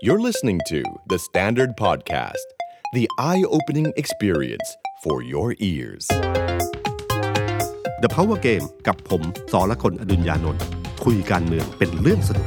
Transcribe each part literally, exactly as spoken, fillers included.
You're listening to The Standard Podcast, the eye-opening experience for your ears. The Power Game กับผมสรกล อดุลยานนท์คุยการเมืองเป็นเรื่องสนุก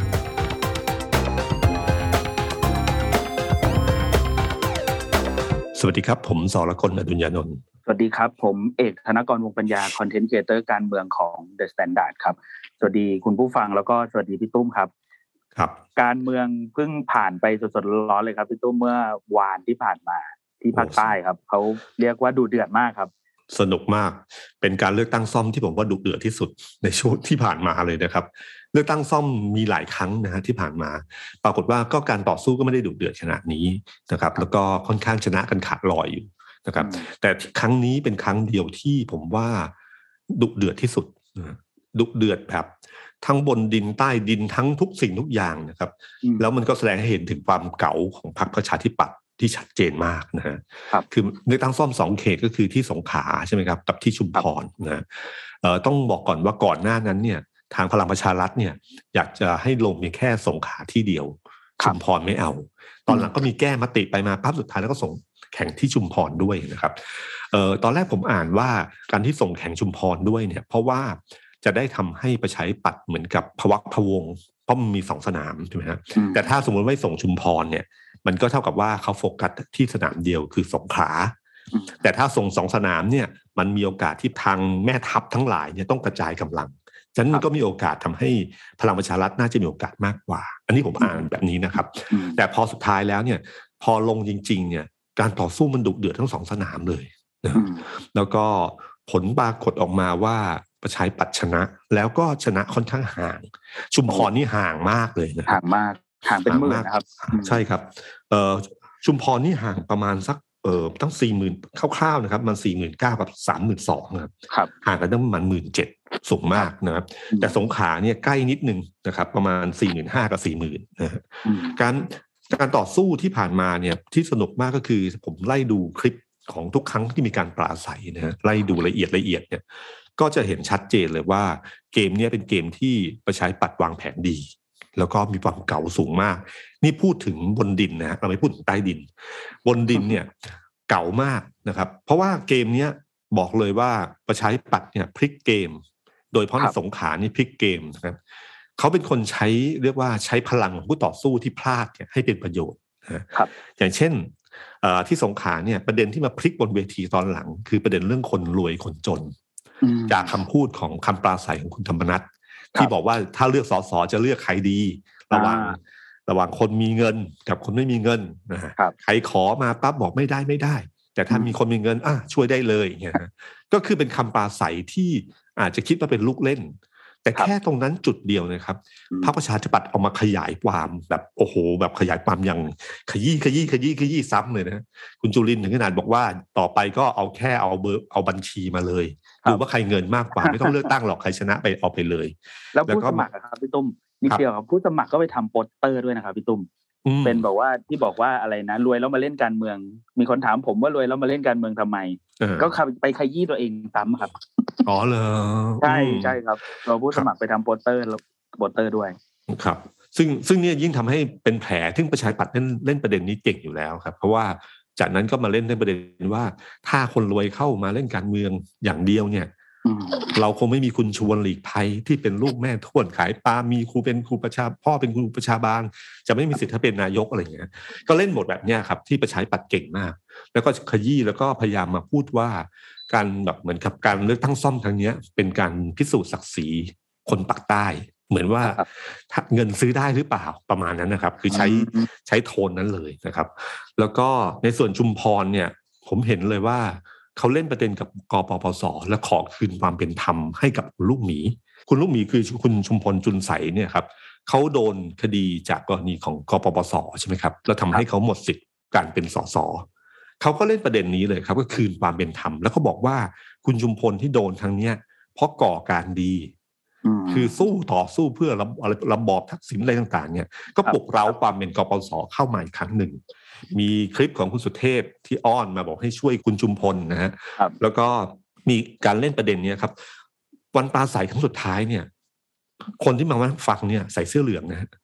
สวัสดีครับผมสรกล อดุลยานนท์สวัสดีครับผมเอกธนกรวงศ์ปัญญาคอนเทนต์ครีเอเตอร์การเมืองของ The Standard ครับสวัสดีคุณผู้ฟังแล้วก็สวัสดีพี่ตุ้มครับครับการเมืองเพิ่งผ่านไปสดๆร้อนๆเลยครับพี่ตุ้มเมื่อวานที่ผ่านมาที่ภาคใต้ครับเขาเรียกว่าดุเดือดมากครับสนุกมากเป็นการเลือกตั้งซ่อมที่ผมว่าดุเดือดที่สุดในช่วงที่ผ่านมาเลยนะครับเลือกตั้งซ่อมมีหลายครั้งนะฮะที่ผ่านมาปรากฏว่าก็การต่อสู้ก็ไม่ได้ดุเดือดขนาดนี้นะครับแล้วก็ค่อนข้างชนะกันขาดลอยอยู่นะครับแต่ครั้งนี้เป็นครั้งเดียวที่ผมว่าดุเดือดที่สุดดุเดือดแบบทั้งบนดินใต้ดินทั้งทุกสิ่งทุกอย่างนะครับแล้วมันก็แสดงให้เห็นถึงความเก๋าของพรรคประชาธิปัตย์ที่ชัดเจนมากนะฮะคือเลือกตั้งซ่อมสองเขตก็คือที่สงขลาใช่ไหมครับกับที่ชุมพรนะเอ่อต้องบอกก่อนว่าก่อนหน้านั้นเนี่ยทางพลังประชารัฐเนี่ยอยากจะให้ลงเพียงแค่สงขลาที่เดียวชุมพรไม่เอาตอนหลังก็มีแก้มติไปมาปั๊บสุดท้ายแล้วก็ส่งแข่งที่ชุมพรด้วยนะครับเอ่อตอนแรกผมอ่านว่าการที่ส่งแข่งชุมพรด้วยเนี่ยเพราะว่าจะได้ทำให้ประชาธิปัตย์เหมือนกับพวักพะวงเพราะมันมีสองสนามใช่ไหมฮะแต่ถ้าสมมติว่าส่งชุมพรเนี่ยมันก็เท่ากับว่าเขาโฟกัสที่สนามเดียวคือสงขลาแต่ถ้าส่งสองสนามเนี่ยมันมีโอกาสที่ทางแม่ทัพทั้งหลายเนี่ยต้องกระจายกำลังฉะนั้นมันก็มีโอกาสทำให้พลังประชารัฐน่าจะมีโอกาสมากกว่าอันนี้ผมอ่านแบบนี้นะครับแต่พอสุดท้ายแล้วเนี่ยพอลงจริงๆเนี่ยการต่อสู้มันดุเดือดทั้งสองสนามเลยนะแล้วก็ผลปรากฏออกมาว่าประชาธิปัตย์ชนะแล้วก็ชนะค่อนข้างห่างชุมพรนี่ห่างมากเลยนะห่างมากห่างเป็นหมื่นนะครับใช่ครับเอ่อชุมพรนี่ห่างประมาณสักเอ่อตั้ง สี่หมื่น คร่าวๆนะครับมัน สี่หมื่นเก้าพัน กับ สามหมื่นสองพัน นะครับห่างกันตั้งประมาณ หนึ่งหมื่นเจ็ดพัน สูงมากนะครับแต่สงขลาเนี่ยใกล้นิดนึงนะครับประมาณ สี่หมื่นห้าพัน กับ สี่หมื่น นะฮะการการต่อสู้ที่ผ่านมาเนี่ยที่สนุกมากก็คือผมไล่ดูคลิปของทุกครั้งที่มีการปราศัยนะฮะไล่ดูละเอียดละเอียดเนี่ยก็จะเห็นชัดเจนเลยว่าเกมนี้เป็นเกมที่ประชาธิปัตย์วางแผนดีแล้วก็มีความเก่าสูงมากนี่พูดถึงบนดินนะฮะเราไม่พูดถึงใต้ดินบนดินเนี่ยเก่ามากนะครับเพราะว่าเกมนี้บอกเลยว่าประชาธิปัตย์เนี่ยพลิกเกมโดยเฉพาะในสงขลานี่พลิกเกมนะครับเขาเป็นคนใช้เรียกว่าใช้พลังของผู้ต่อสู้ที่พลาดเนี่ยให้เป็นประโยชน์นะครับอย่างเช่นที่สงขลาเนี่ยประเด็นที่มาพลิกบนเวทีตอนหลังคือประเด็นเรื่องคนรวยคนจนจากคำพูดของคำปราศัยของคุณธรรมนัสที่บอกว่าถ้าเลือกสสจะเลือกใครดีระหว่างระหว่างคนมีเงินกับคนไม่มีเงินนะฮะใครขอมาปั๊บบอกไม่ได้ไม่ได้แต่ถ้ามีคนมีเงินอ่ะช่วยได้เลยอย่างเงี้ยก็คือเป็นคำปราศัยที่อาจจะคิดว่าเป็นลูกเล่นแต่แค่ตรงนั้นจุดเดียวนะครับพรรคประชาธิปัตย์เอามาขยายความแบบโอ้โหแบบขยายความอย่างขยี้ขยี้ขยี้ขยี้ซ้ำเลยนะคุณจุลินทร์ถึงขนาดบอกว่าต่อไปก็เอาแค่เอาเบอร์เอาบัญชีมาเลยดูว่าใครเงินมากกว่าไม่ต้องเลือกตั้งหรอกใครชนะไปเอาไปเลยแล้วผู้สมัครครับพี่ตุ้มนิดเดียวครับผู้สมัครก็ไปทำโปสเตอร์ด้วยนะครับพี่ตุ้มเป็นบอกว่าที่บอกว่าอะไรนะรวยแล้วมาเล่นการเมืองมีคนถามผมว่ารวยแล้วมาเล่นการเมืองทำไมก็ไปขยี้ตัวเองซ้ำครับอ๋อเหรอใช่ใช่ครับเราผู้สมัครไปทำโปสเตอร์โปสเตอร์ด้วยครับซึ่งซึ่งเนี่ยยิ่งทำให้เป็นแผลที่ประชาธิปัตย์เล่นเล่นประเด็นนี้เก่งอยู่แล้วครับเพราะว่าจากนั้นก็มาเล่นในประเด็นว่าถ้าคนรวยเข้ามาเล่นการเมืองอย่างเดียวเนี่ยเราคงไม่มีคุณชวนหลีกภัยที่เป็นลูกแม่ทวดขายปลามีครูเป็นครูประชาพ่อเป็นครูประชาบาลจะไม่มีสิทธิ์ถ้าเป็นนายกอะไรอย่างเงี้ยก็เล่นบทแบบเนี้ยครับที่ประชาธิปัตย์เก่งมากแล้วก็ขยี้แล้วก็พยายามมาพูดว่าการแบบเหมือนกับการเลือกตั้งซ่อมครั้งนี้เป็นการพิสูจน์ศักดิ์ศรีคนปากใต้เหมือนว่าเงินซื้อได้หรือเปล่าประมาณนั้นนะครับคือใช้ใช้โทนนั้นเลยนะครับแล้วก็ในส่วนชุมพรเนี่ยผมเห็นเลยว่าเขาเล่นประเด็นกับกปปสและขอคืนความเป็นธรรมให้กับลูกหมีคุณลูกหมีคือคุณชุมพลจุลใสเนี่ยครับเขาโดนคดีจากกรณีของกปปสใช่ไหมครับแล้วทำให้เขาหมดสิทธิ์การเป็นสสเขาก็เล่นประเด็นนี้เลยครับก็คืนความเป็นธรรมแล้วก็บอกว่าคุณชุมพลที่โดนครั้งนี้เพราะก่อการดีคือสู้ต่อสู้เพื่อระระบอบทักษิณอะไรต่างๆเนี่ยก็ปลุกเร้าความเป็นกปปสเข้ามาอีกครั้งหนึ่งมีคลิปของคุณสุเทพที่อ้อนมาบอกให้ช่วยคุณชุมพลนะฮะแล้วก็มีการเล่นประเด็นนี้ครับวันปราศัยครั้งสุดท้ายเนี่ยคนที่มาฟังเนี่ยใส่เสื้อเหลืองนะฮะ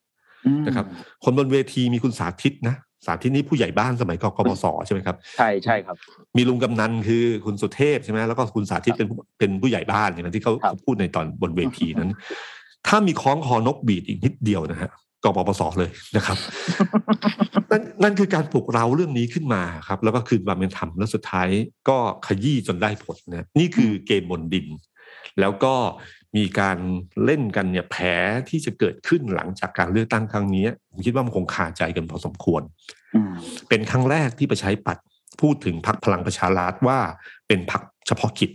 นะครับคนบนเวทีมีคุณสาธิตนะสาธิตนี่ผู้ใหญ่บ้านสมัยกกปสใช่ไหมครับใช่ใช่ครับมีลุงกำนันคือคุณสุเทพใช่ไหมแล้วก็คุณสาธิตเป็นเป็นผู้ใหญ่บ้านอย่างที่เขาพูดในตอนบนเวทีนั้นถ้ามีคล้องคอนกบีดอีกนิดเดียวนะฮะกปปสเลยนะครับ นั่นนั่นคือการปลุกเราเรื่องนี้ขึ้นมาครับแล้วก็คืนความเป็นธรรมแล้วสุดท้ายก็ขยี้จนได้ผลนะนี่คือเกมบนดินแล้วก็มีการเล่นกันเนี่ยแผลที่จะเกิดขึ้นหลังจากการเลือกตั้งครั้งนี้ผมคิดว่ามันคงคาใจกันพอสมควรเป็นครั้งแรกที่ประชาธิปัตย์พูดถึงพรรคพลังประชารัฐว่าเป็นพรรคเฉพาะกิจ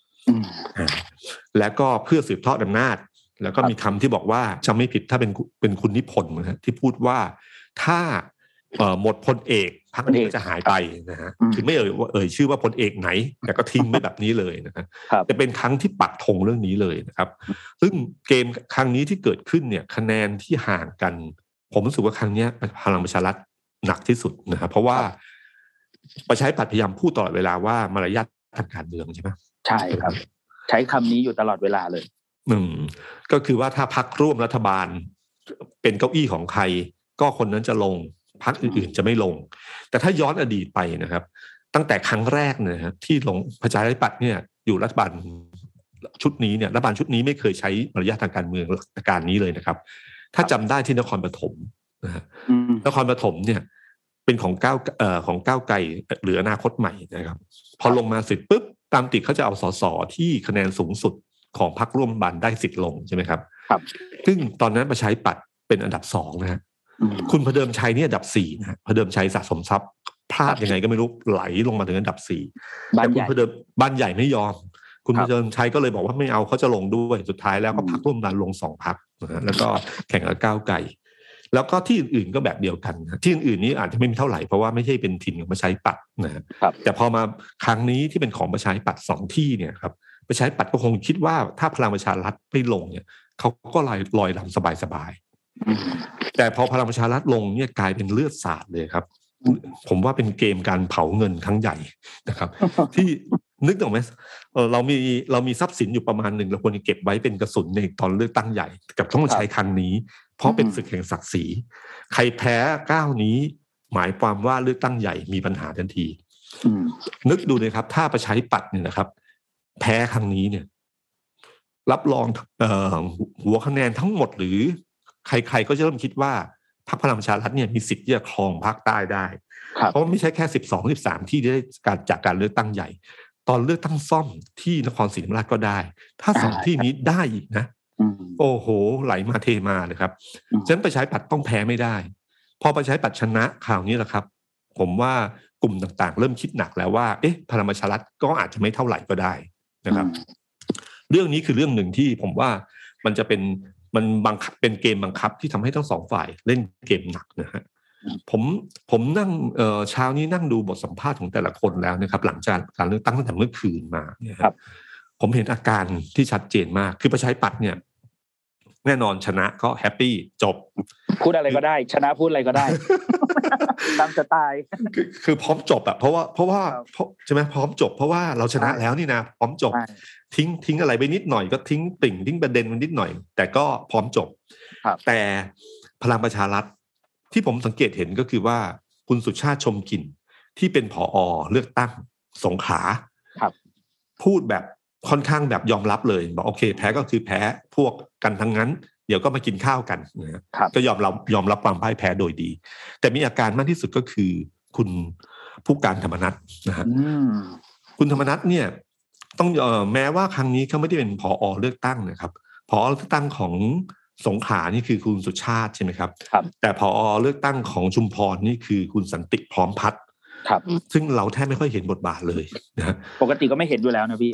แล้วก็เพื่อสืบทอดอำนาจแล้วก็มีคำที่บอกว่าจำไม่ผิดถ้าเป็นเป็นคุณนิพนธ์นะฮะที่พูดว่าถ้าหมดพลเอกพรรคนี้จะหายไปนะฮะคือไม่เอ่ยเอ่ยชื่อว่าพลเอกไหนแต่ก็ทิ้งไว้แบบนี้เลยนะครับจะเป็นครั้งที่ปักธงเรื่องนี้เลยนะครับซึ่งเกมครั้งนี้ที่เกิดขึ้นเนี่ยคะแนนที่ห่างกันผมรู้สึกว่าครั้งนี้พลังประชารัฐหนักที่สุดนะครับเพราะว่าประชาธิปัตย์พยายามพูดตลอดเวลาว่ามารยาททางการเมืองใช่ไหมใช่ครับใช้คำนี้อยู่ตลอดเวลาเลยอืมก็คือว่าถ้าพรรคร่วมรัฐบาลเป็นเก้าอี้ของใครก็คนนั้นจะลงพรรคอื่นๆจะไม่ลงแต่ถ้าย้อนอดีตไปนะครับตั้งแต่ครั้งแรกเนี่ยครับที่ลงประชาธิปัตย์เนี่ยอยู่รัฐบาลชุดนี้เนี่ยรัฐบาลชุดนี้ไม่เคยใช้มารยาททางการเมืองการนี้เลยนะครับถ้าจำได้ที่นครปฐมนะฮะนครปฐมเนี่ยเป็นของก้าวเอ่อของก้าวไกลหรืออนาคตใหม่นะครับพอลงมาเสร็จปุ๊บตามติดเขาจะเอาสสที่คะแนนสูงสุดของพรรคร่วมรัฐบาลได้สิทธิ์ลงใช่ไหมครับครับซึ่งตอนนั้นประชาธิปัตย์เป็นอันดับสองนะฮะคุณพเดิมชัยนี่อันดับสี่นะพเดิมชัยสะสมทรัพย์พลาดยังไงก็ไม่รู้ไหลลงมาถึงอันดับสี่แต่คุณพเดิมบ้านใหญ่ไม่ยอมคุณพเดิมชัยก็เลยบอกว่าไม่เอาเขาจะลงด้วยสุดท้ายแล้วก็พรรคร่วมรัฐบาลลงสองพรรคนะฮะแล้วก็แข่งกับก้าวไกลแล้วก็ที่อื่นๆก็แบบเดียวกันนะที่อื่นๆนี้อาจจะไม่มีเท่าไหร่เพราะว่าไม่ใช่เป็นถิ่นของประชาธิปัตย์นะแต่พอมาครั้งนี้ที่เป็นของประชาธิปัตย์สองที่เนี่ยครับประชาธิปัตย์ก็คงคิดว่าถ้าพลังประชารัฐไม่ลงเนี่ยเขาก็ลอยลอยลำสบายๆแต่พอพลังประชารัฐลงเนี่ยกลายเป็นเลือดสาดเลยครับผมว่าเป็นเกมการเผาเงินครั้งใหญ่นะครับ ที่นึกออกไหมเออเรามีเรามีทรัพย์สินอยู่ประมาณหนึ่งเราควรจะเก็บไว้เป็นกระสุนในตอนเลือกตั้งใหญ่กับต้องใช้ครั้งนี้เพราะเป็นศึกแห่งศักดิ์ศรีใครแพ้ก้าวนี้หมายความว่าเลือกตั้งใหญ่มีปัญหาทันทีนึกดูเลยครับถ้าประชาธิปัตย์เนี่ยนะครับแพ้ครั้งนี้เนี่ยรับรองเอ่อหัวคะแนนทั้งหมดหรือใครๆก็จะเริ่มคิดว่าพรรคพลังประชารัฐเนี่ยมีสิทธิ์ที่จะครองภาคใต้ได้เพราะไม่ใช่แค่สิบสอง สิบสามที่ได้การจากการเลือกตั้งใหญ่ตอนเลือกตั้งซ่อมที่นครศรีธรรมราชก็ได้ถ้าสองที่นี้ได้อีกนะโอ้โหไหลมาเทมาเลยครับฉะนั้นประชาธิปัตย์ต้องแพ้ไม่ได้พอประชาธิปัตย์ชนะข่าวนี้แหละครับผมว่ากลุ่มต่างๆเริ่มคิดหนักแล้วว่าเอ๊ะพลังประชารัฐก็อาจจะไม่เท่าไหร่ก็ได้นะครับเรื่องนี้คือเรื่องหนึ่งที่ผมว่ามันจะเป็นมันบังคับเป็นเกมบังคับที่ทำให้ทั้งสองฝ่ายเล่นเกมหนักนะฮะผมผมนั่งเอ่อเช้านี้นั่งดูบทสัมภาษณ์ของแต่ละคนแล้วนะครับหลังจากการเลือกตั้งตั้งแต่เมื่อคืนมาเนี่ยครับผมเห็นอาการที่ชัดเจนมากคือประชาธิปัตย์เนี่ยแน่นอนชนะก็แฮปปี้จบพูดอะไรก็ได้ชนะพูดอะไรก็ได้ ตามสไตล์คือคือพร้อมจบอะเพราะว่าเพราะว่าใช่ไหมพร้อมจบเพราะว่าเราชนะแล้วนี่นะพร้อมจบทิ้งทิ้งอะไรไปนิดหน่อยก็ทิ้งติ่งทิ้งประเด็นมันนิดหน่อยแต่ก็พร้อมจบแต่พลังประชารัฐที่ผมสังเกตเห็นก็คือว่าคุณสุชาติชมกลิ่นที่เป็นผอ.เลือกตั้งสงขลาพูดแบบค่อนข้างแบบยอมรับเลยบอกโอเคแพ้ก็คือแพ้พวกกันทั้งนั้นเดี๋ยวก็มากินข้าวกันนะก็ยอมรับยอมรับความพ่ายแพ้โดยดีแต่มีอาการมากที่สุดก็คือคุณผู้การธรรมนัสนะฮะคุณธรรมนัสเนี่ยต้องเอ่อแม้ว่าครั้งนี้เขาไม่ได้เป็นผอ.เลือกตั้งนะครับผอ.เลือกตั้งของสงขลานี่คือคุณสุชาติใช่ไหมครับแต่ผอ.เลือกตั้งของชุมพรนี่คือคุณสันติพร้อมพัฒน์ครับซึ่งเราแทบไม่ค่อยเห็นบทบาทเลยนะปกติก็ไม่เห็นอยู่แล้วนะพี่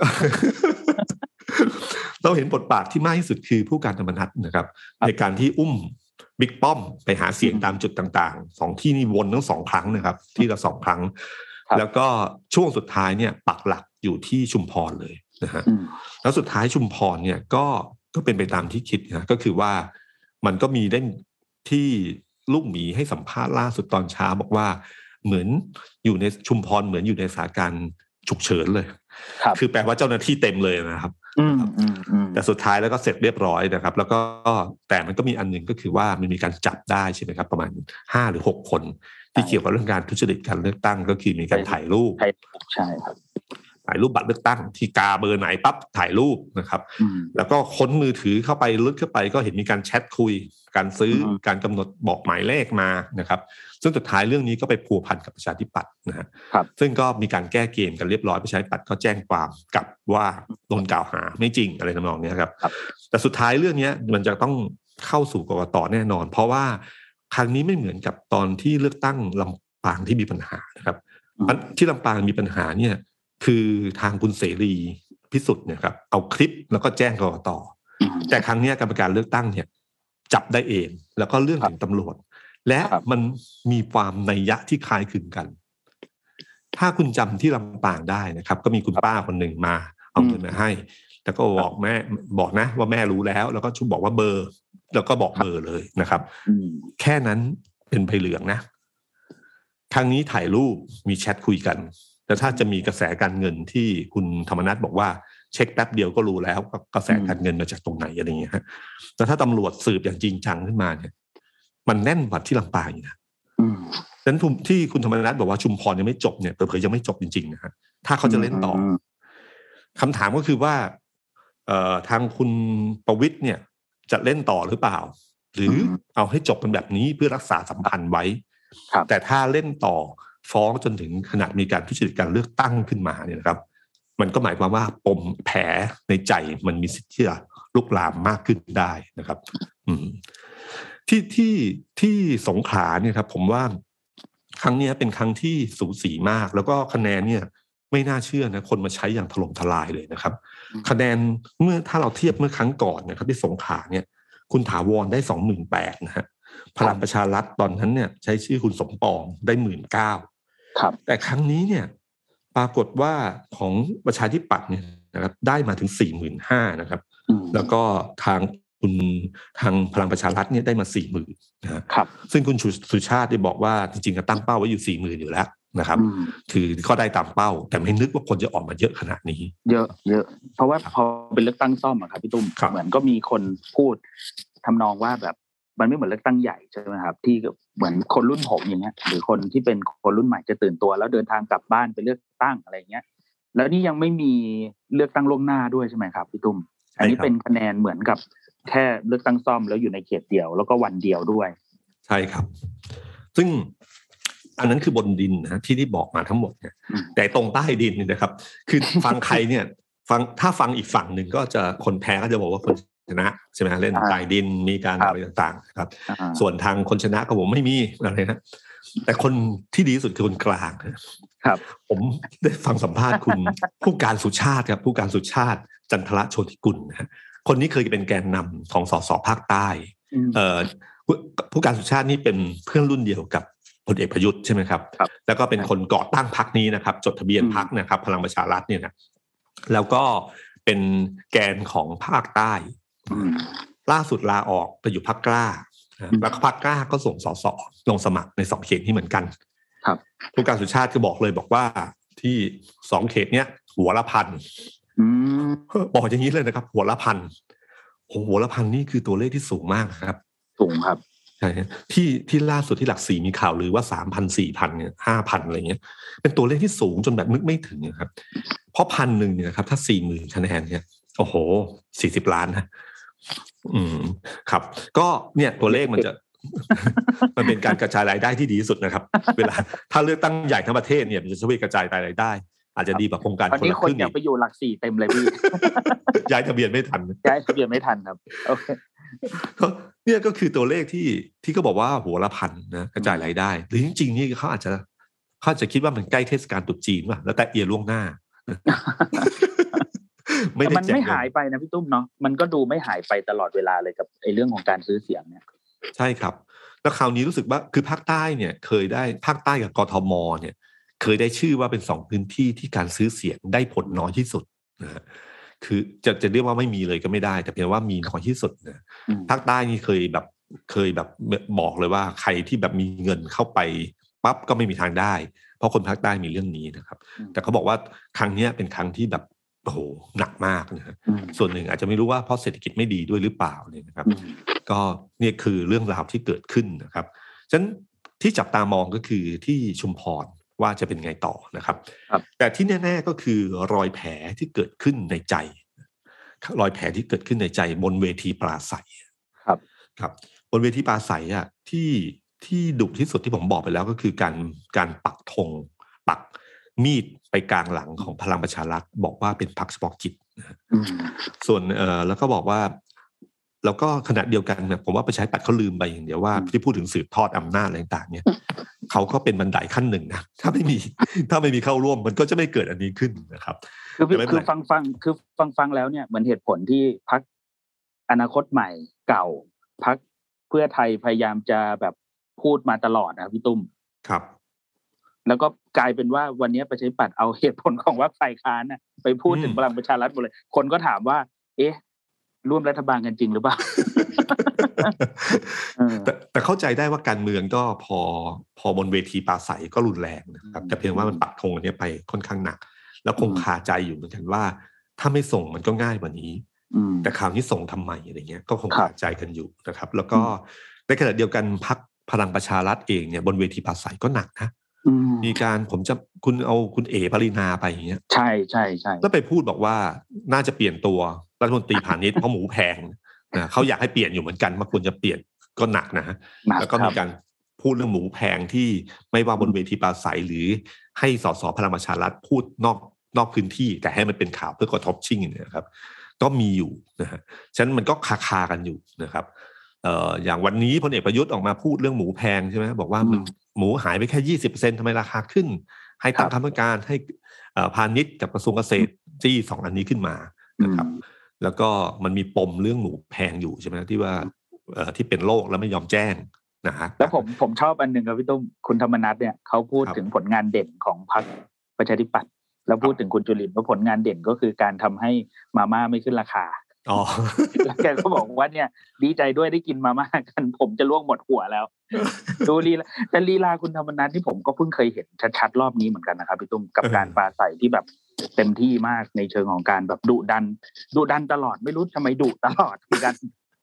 เราเห็นบทบาทที่มากที่สุดคือผู้การธรรมนัสนะครับในการที่อุ้มบิ๊กป้อมไปหาเสียงตามจุดต่างๆสองที่นี่วนทั้งสองครั้งนะครับที่ละสองครั้งแล้วก็ช่วงสุดท้ายเนี่ยปักหลักอยู่ที่ชุมพรเลยนะฮะแล้วสุดท้ายชุมพรเนี่ยก็ก็เป็นไปตามที่คิดนะก็คือว่ามันก็มีได้ที่ลูกหมีให้สัมภาษณ์ล่าสุดตอนเช้าบอกว่าเหมือนอยู่ในชุมพรเหมือนอยู่ในสถานการณ์ฉุกเฉินเลย คือแปลว่าเจ้าหน้าที่เต็มเลยนะครับแต่สุดท้ายแล้วก็เสร็จเรียบร้อยนะครับแล้วก็แต่มันก็มีอันนึงก็คือว่ามันมีการจับได้ใช่ไหมครับประมาณห้าหรือหกคนที่เกี่ยวกับเรื่องการทุจริตการเลือกตั้งก็คือมีการถ่ายรูปใช่ครับถ่ายรูปบัตรเลือกตั้งที่กาเบอร์ไหนปั๊บถ่ายรูปนะครับแล้วก็ค้นมือถือเข้าไปลึกเข้าไปก็เห็นมีการแชทคุยการซื้อการกำหนดบอกหมายเลขมานะครับซึ่งสุดท้ายเรื่องนี้ก็ไปพัวพันกับประชาธิปัตย์นะฮะซึ่งก็มีการแก้เกมกันเรียบร้อยประชาธิปัตย์ก็แจ้งความกลับว่าโดนกล่าวหาไม่จริงอะไรทำนองนี้ครับแต่สุดท้ายเรื่องนี้มันจะต้องเข้าสู่กกต.แน่นอนเพราะว่าครั้งนี้ไม่เหมือนกับตอนที่เลือกตั้งลำปางที่มีปัญหานะครับที่ลำปางมีปัญหาเนี่ยคือทางคุณเสรีพิสุทธิ์เนี่ยครับเอาคลิปแล้วก็แจ้งกกต.แต่ครั้งนี้กรรมการเลือกตั้งเนี่ยจับได้เองแล้วก็เรื่องถึงตำรวจและมันมีความนัยยะที่คล้ายคลึงกันถ้าคุณจำที่ลำปางได้นะครับก็มีคุณป้าคนหนึ่งมาเอาเงินมาให้แล้วก็บอกแม่บอกนะว่าแม่รู้แล้วแล้วก็ชุบบอกว่าเบอร์แล้วก็บอกเบอร์เลยนะครับแค่นั้นเป็นใบเหลืองนะครั้งนี้ถ่ายรูปมีแชทคุยกันแต่ถ้าจะมีกระแสการเงินที่คุณธรรมนัสบอกว่าเช็คแป๊บเดียวก็รู้แล้วกระแสการเงินมาจากตรงไหนอะไรอย่างเงี้ยฮะแต่ถ้าตำรวจสืบอย่างจริงจังขึ้นมาเนี่ยมันแน่นกว่าที่ลำปางอยู่นะดังนั้นที่คุณธรรมนัสบอกว่าชุมพรยังไม่จบเนี่ยเผลอๆยังไม่จบจริงๆนะฮะถ้าเขาจะเล่นต่อคำถามก็คือว่าเอ่อทางคุณประวิตรเนี่ยจะเล่นต่อหรือเปล่าหรือเอาให้จบเป็นแบบนี้เพื่อรักษาสัมพันธ์ไว้แต่ถ้าเล่นต่อฟ้องจนถึงขนาดมีการทุจริตการเลือกตั้งขึ้นมาเนี่ยนะครับมันก็หมายความว่าปมแผลในใจมันมีสิทธิ์ที่จะลุกลามมากขึ้นได้นะครับอืมที่ที่ที่สงขลาเนี่ยครับผมว่าครั้งนี้เป็นครั้งที่สูสีมากแล้วก็คะแนนเนี่ยไม่น่าเชื่อนะคนมาใช้อย่างถล่มทลายเลยนะครับคะแนนเมื่อถ้าเราเทียบเมื่อครั้งก่อนนะครับที่สงขลาเนี่ยคุณถาวรได้ สองหมื่นแปดพัน นะฮะพลังประชารัฐตอนนั้นเนี่ยใช้ชื่อคุณสมปองได้ หนึ่งหมื่นเก้าพัน ครับแต่ครั้งนี้เนี่ยปรากฏว่าของประชาธิปัตย์เนี่ยนะครับได้มาถึง สี่หมื่นห้าพัน นะครับแล้วก็ทางคุณทางพลังประชารัฐเนี่ยได้มา สี่หมื่น นะครับซึ่งคุณสุชาติได้บอกว่าจริงๆก็ตั้งเป้าไว้อยู่ สี่หมื่น อยู่แล้วนะครับคือก็ได้ตามเป้าแต่ไม่นึกว่าคนจะออกมาเยอะขนาดนี้เยอะเยอะเพราะว่าพอเป็นเลือกตั้งซ่อมอะครับพี่ตุ้มเหมือนก็มีคนพูดทำนองว่าแบบมันไม่เหมือนเลือกตั้งใหญ่ใช่ไหมครับที่เหมือนคนรุ่นผมอย่างเงี้ยหรือคนที่เป็นคนรุ่นใหม่จะตื่นตัวแล้วเดินทางกลับบ้านไปเลือกตั้งอะไรเงี้ยแล้วนี่ยังไม่มีเลือกตั้งล่วงหน้าด้วยใช่ไหมครับพี่ตุ้มอันนี้เป็นคะแนนเหมือนกับแค่เลือกตั้งซ่อมแล้วอยู่ในเขตเดียวแล้วก็วันเดียวด้วยใช่ครับซึ่งอันนั้นคือบนดินนะที่ที่บอกมาทั้งหมดเนี่ยแต่ตรงใต้ดินนี่นะครับคือฟังใครเนี่ยฟังถ้าฟังอีกฝั่งหนึ่งก็จะคนแพ้ก็จะบอกว่าคนชนะใช่ไหมเล่นใต้ดินมีการอะไรต่างๆครับส่วนทางคนชนะก็ผมไม่มีอะไรนะแต่คนที่ดีที่สุดคือคนกลางครับผมได้ฟังสัมภาษณ์คุณผู้การสุชาติครับผู้การสุชาติจันทรโชติกุลนะคนนี้เคยเป็นแกนนำของสสภาคใต้เอ่อผู้การสุชาตินี่เป็นเพื่อนรุ่นเดียวกับพลเอกประยุทธ์ใช่ไหมครับแล้วก็เป็นคนก่อตั้งพรรคนี้นะครับจดทะเบียนพรรคนะครับพลังประชารัฐเนี่ยนะแล้วก็เป็นแกนของภาคใต้ล่าสุดลาออกไปอยู่พรรคกล้าแล้วพรรคกล้าก็ส่งสสลงสมัครในสองเขตนี้เหมือนกันครับผู้การสุชาติก็บอกเลยบอกว่าที่สองเขตเนี้ยหัวละพันบอกอย่างนี้เลยนะครับหัวละพันโอ้หัวละพันนี่คือตัวเลขที่สูงมากครับสูงครับใช่ที่ที่ล่าสุดที่หลักสี่มีข่าวหรือว่า สามพัน สี่พัน เนี่ย ห้าพัน อะไรเงี้ยเป็นตัวเลขที่สูงจนแบบนึกไม่ถึงนะครับเพราะพันหนึ่งเนี่ยครับถ้า สี่หมื่น คะแนนเนี่ยโอ้โหสี่สิบล้านนะอืมครับก็เนี่ยตัวเลขมันจะ มันเป็นการกระจายรายได้ที่ดีที่สุดนะครับเวลาถ้าเลือกตั้งใหญ่ทั้งประเทศเนี่ยมันจะช่วยกระจายรายได้อาจจะดีกว่าโครงการคนละครึ่งอีกตอนนี้คนอยากไปอยู่หลักสี่เต็มเลยพี่ย้ายทะเบียนไม่ทันย้ายทะเบียนไม่ทันครับโอเคเนี่ยก็คือตัวเลขที่ที่เขาบอกว่าหัวละพันนะกระจายรายได้หรือจริงๆนี่เขาอาจจะเขาจะคิดว่ามันใกล้เทศกาลตรุษจีนว่ะแล้วแต่เอียล่วงหน้าไม่ได้มันไม่หายไปนะพี่ตุ้มเนาะมันก็ดูไม่หายไปตลอดเวลาเลยกับไอ้เรื่องของการซื้อเสียงเนี่ยใช่ครับแล้วคราวนี้รู้สึกว่าคือภาคใต้เนี่ยเคยได้ภาคใต้กับกทมเนี่ยเคยได้ชื่อว่าเป็นสองพื้นที่ที่การซื้อเสียงได้ผลน้อยที่สุดนะคือจะจะเรียกว่าไม่มีเลยก็ไม่ได้แต่เพียงว่ามีน้อยที่สุดนะภาคใต้นี่เคยแบบเคยแบบบอกเลยว่าใครที่แบบมีเงินเข้าไปปั๊บก็ไม่มีทางได้เพราะคนภาคใต้มีเรื่องนี้นะครับแต่เขาบอกว่าครั้งนี้เป็นครั้งที่แบบโอ้โหหนักมากนะฮะส่วนหนึ่งอาจจะไม่รู้ว่าเพราะเศรษฐกิจไม่ดีด้วยหรือเปล่าเนี่ยนะครับก็เนี่ยคือเรื่องราวที่เกิดขึ้นนะครับฉะนั้นที่จับตามองก็คือที่ชุมพรว่าจะเป็นไงต่อนะครับแต่ที่แน่ๆก็คือรอยแผลที่เกิดขึ้นในใจรอยแผลที่เกิดขึ้นในใจบนเวทีปราศัยครับครับบนเวทีปราศัยอ่ะที่ที่ดุที่สุดที่ผมบอกไปแล้วก็คือการการปักธงปักมีดไปกลางหลังของพลังประชารัฐบอกว่าเป็นพรรคเฉพาะกิจนะส่วนเอ่อแล้วก็บอกว่าแล้วก็ขณะเดียวกันเนี่ยผมว่าประชาธิปัตย์เขาลืมไปอย่างเดียวว่าที่พูดถึงสืบทอดอำนาจอะไรต่างๆเนี่ยเขาก็เป็นบันไดขั้นหนึ่งนะถ้าไม่มีถ้าไม่มีเข้าร่วมมันก็จะไม่เกิดอันนี้ขึ้นนะครับคือคือฟังฟังคือฟังฟังแล้วเนี่ยเหมือนเหตุผลที่พรรคอนาคตใหม่เก่าพรรคเพื่อไทยพยายามจะแบบพูดมาตลอดนะพี่ตุ้มครับแล้วก็กลายเป็นว่าวันนี้ประชาธิปัตย์เอาเหตุผลของว่าฝ่ายค้านน่ะไปพูดถึงพลังประชารัฐหมดเลยคนก็ถามว่าเอ๊ะร่วมรัฐบาลกันจริงหรือเปล่าแต่แต่เข้าใจได้ว่าการเมืองก็พอพอบนเวทีปราศัยก็รุนแรงนะครับแต่เพียงว่ามันปักธงอันนี้ไปค่อนข้างหนักแล้วคงคาใจอยู่เหมือนกันว่าถ้าไม่ส่งมันก็ง่ายกว่านี้แต่คราวนี้ส่งทำไมอะไรเงี้ยก็คงคาใจกันอยู่นะครับแล้วก็ในขณะเดียวกันพรรคพลังประชารัฐเองเนี่ยบนเวทีปราศัยก็หนักนะมีการผมจะคุณเอาคุณเอ๋ปรินาไปอย่างเงี้ยใช่ใช่ใช่แล้วไปพูดบอกว่าน่าจะเปลี่ยนตัวรัฐมนตรีพาณิชย์เพราะหมูแพงนะเขาอยากให้เปลี่ยนอยู่เหมือนกันว่าควรจะเปลี่ยนก็หนักนะแล้วก็มีการพูดเรื่องหมูแพงที่ไม่ว่าบนเวทีปราศัยหรือให้สสพลังประชารัฐพูดนอกนอกพื้นที่แต่ให้มันเป็นข่าวเพื่อกระทบชิงเนี่ยครับก็มีอยู่นะฮะฉะนั้นมันก็คาคากันอยู่นะครับเอ่ออย่างวันนี้พลเอกประยุทธ์ออกมาพูดเรื่องหมูแพงใช่ไหมบอกว่ามันหมูหายไปแค่ ยี่สิบเปอร์เซ็นต์ ทำไมราคาขึ้นให้ตั้งคณะกรรมการให้พาณิชย์กับกระทรวงเกษตรจี้สองอันนี้ขึ้นมานะครับแล้วก็มันมีปมเรื่องหมูแพงอยู่ใช่ไหมที่ว่าที่เป็นโรคแล้วไม่ยอมแจ้งนะฮะแล้วผมผมชอบอันหนึ่งครับพี่ตุ้มคุณธรรมนัสเนี่ยเขาพูดถึงผลงานเด่นของพรรคประชาธิปัตย์แล้วพูดถึงคุณจุลินทร์ว่าผลงานเด่นก็คือการทำให้มาม่าไม่ขึ้นราคาอ๋อแล้วแกก็บอกว่าเนี่ยดีใจด้วยได้กินมาม่ากันผมจะล่วงหมดหัวแล้วดูลีลาแต่ลีลาคุณธรรมนัสที่ผมก็เพิ่งเคยเห็นชัดๆรอบนี้เหมือนกันนะครับพี่ตุ้มกับการปราศัยที่แบบเต็มที่มากในเชิงของการแบบดุดันดุดันตลอดไม่รู้ทำไมดุตลอดเหมือนกัน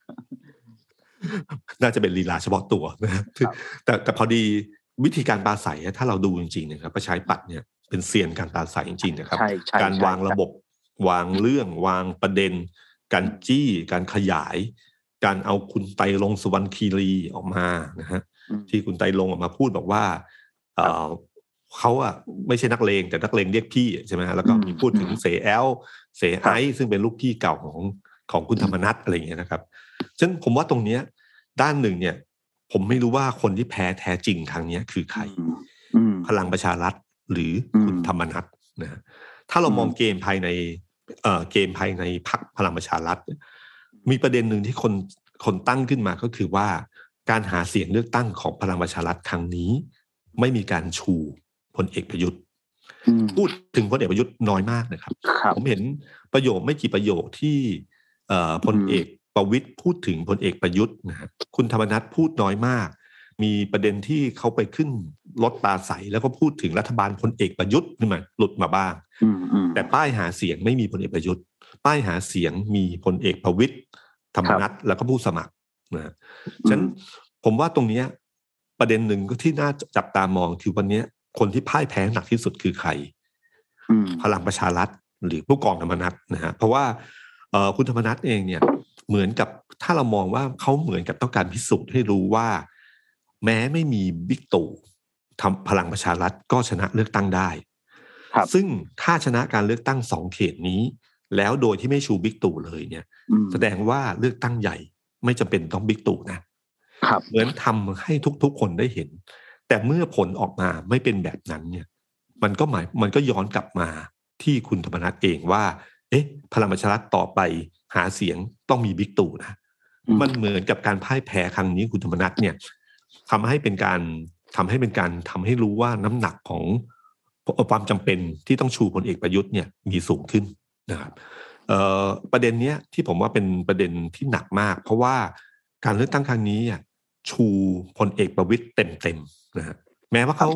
น่าจะเป็นลีลาเฉพาะตัวนะแต่แต่พอดีวิธีการปราศัยถ้าเราดูจริงๆนะครับประชาธิปัตย์เนี่ยเป็นเซียนการปราศัยจริงๆนะครับการวางระบบวางเรื่องวางประเด็นการจี้การขยายการเอาคุณไตรรงค์สุวรรณคีรีออกมานะฮะที่คุณไตรรงค์ออกมาพูดบอกว่าเอ่อเขาอะไม่ใช่นักเลงแต่นักเลงเรียกพี่ใช่ไหมฮะแล้วก็มีพูดถึงเสแอลเสไอซึ่งเป็นลูกพี่เก่าของของคุณธรรมนัสอะไรอย่างเงี้ยนะครับฉะนั้นผมว่าตรงเนี้ยด้านหนึ่งเนี่ยผมไม่รู้ว่าคนที่แพ้แท้จริงครั้งนี้คือใครพลังประชารัฐหรือคุณธรรมนัสนะฮะถ้าเรามองเกมภายในเอ่อเกมภายในพรรคพลังประชารัฐมีประเด็นหนึ่งที่คนคนตั้งขึ้นมาก็คือว่าการหาเสียงเลือกตั้งของพลังประชารัฐครั้งนี้ไม่มีการชูพลเอกประยุทธ์พูดถึงพลเอกประยุทธ์น้อยมากนะครับผมเห็นประโยคไม่กี่ประโยคที่เอ่อพลเอกประวิตรพูดถึงพลเอกประยุทธ์นะฮะคุณธรรมนัสพูดน้อยมากมีประเด็นที่เขาไปขึ้นรถปราศัยแล้วก็พูดถึงรัฐบาลพลเอกประยุทธ์นี่มันหลุดมาบ้างแต่ป้ายหาเสียงไม่มีพลเอกประยุทธ์ป้ายหาเสียงมีพลเอกประวิตรธรรมนัสแล้วก็ผู้สมัครนะฉะนั้นผมว่าตรงนี้ประเด็นหนึ่งก็ที่น่าจับตามองคือวันนี้คนที่พ่ายแพ้หนักที่สุดคือใครพลังประชารัฐหรือผู้กองธรรมนัสนะฮะเพราะว่าคุณธรรมนัสเองเนี่ยเหมือนกับถ้าเรามองว่าเขาเหมือนกับต้องการพิสูจน์ให้รู้ว่าแม้ไม่มีบิ๊กตู่ทำพลังประชารัฐก็ชนะเลือกตั้งได้ซึ่งถ้าชนะการเลือกตั้งสองเขตนี้แล้วโดยที่ไม่ชูบิ๊กตู่เลยเนี่ยแสดงว่าเลือกตั้งใหญ่ไม่จำเป็นต้องบิ๊กตู่นะเหมือนทำให้ทุกๆคนได้เห็นแต่เมื่อผลออกมาไม่เป็นแบบนั้นเนี่ยมันก็หมายมันก็ย้อนกลับมาที่คุณธรรมนัสเองว่าเอ๊ะพลังประชารัฐต่อไปหาเสียงต้องมีบิ๊กตู่นะมันเหมือนกับการพ่ายแพ้ครั้งนี้คุณธรรมนัสเนี่ยทำให้เป็นการทำให้เป็นการทำให้รู้ว่าน้ำหนักของความจำเป็นที่ต้องชูพลเอกประยุทธ์เนี่ยมีสูงขึ้นนะครับประเด็นเนี้ยที่ผมว่าเป็นประเด็นที่หนักมากเพราะว่าการเลือกตั้งครั้งนี้ชูพลเอกประวิตรเต็มๆนะฮะแม้ว่าเขา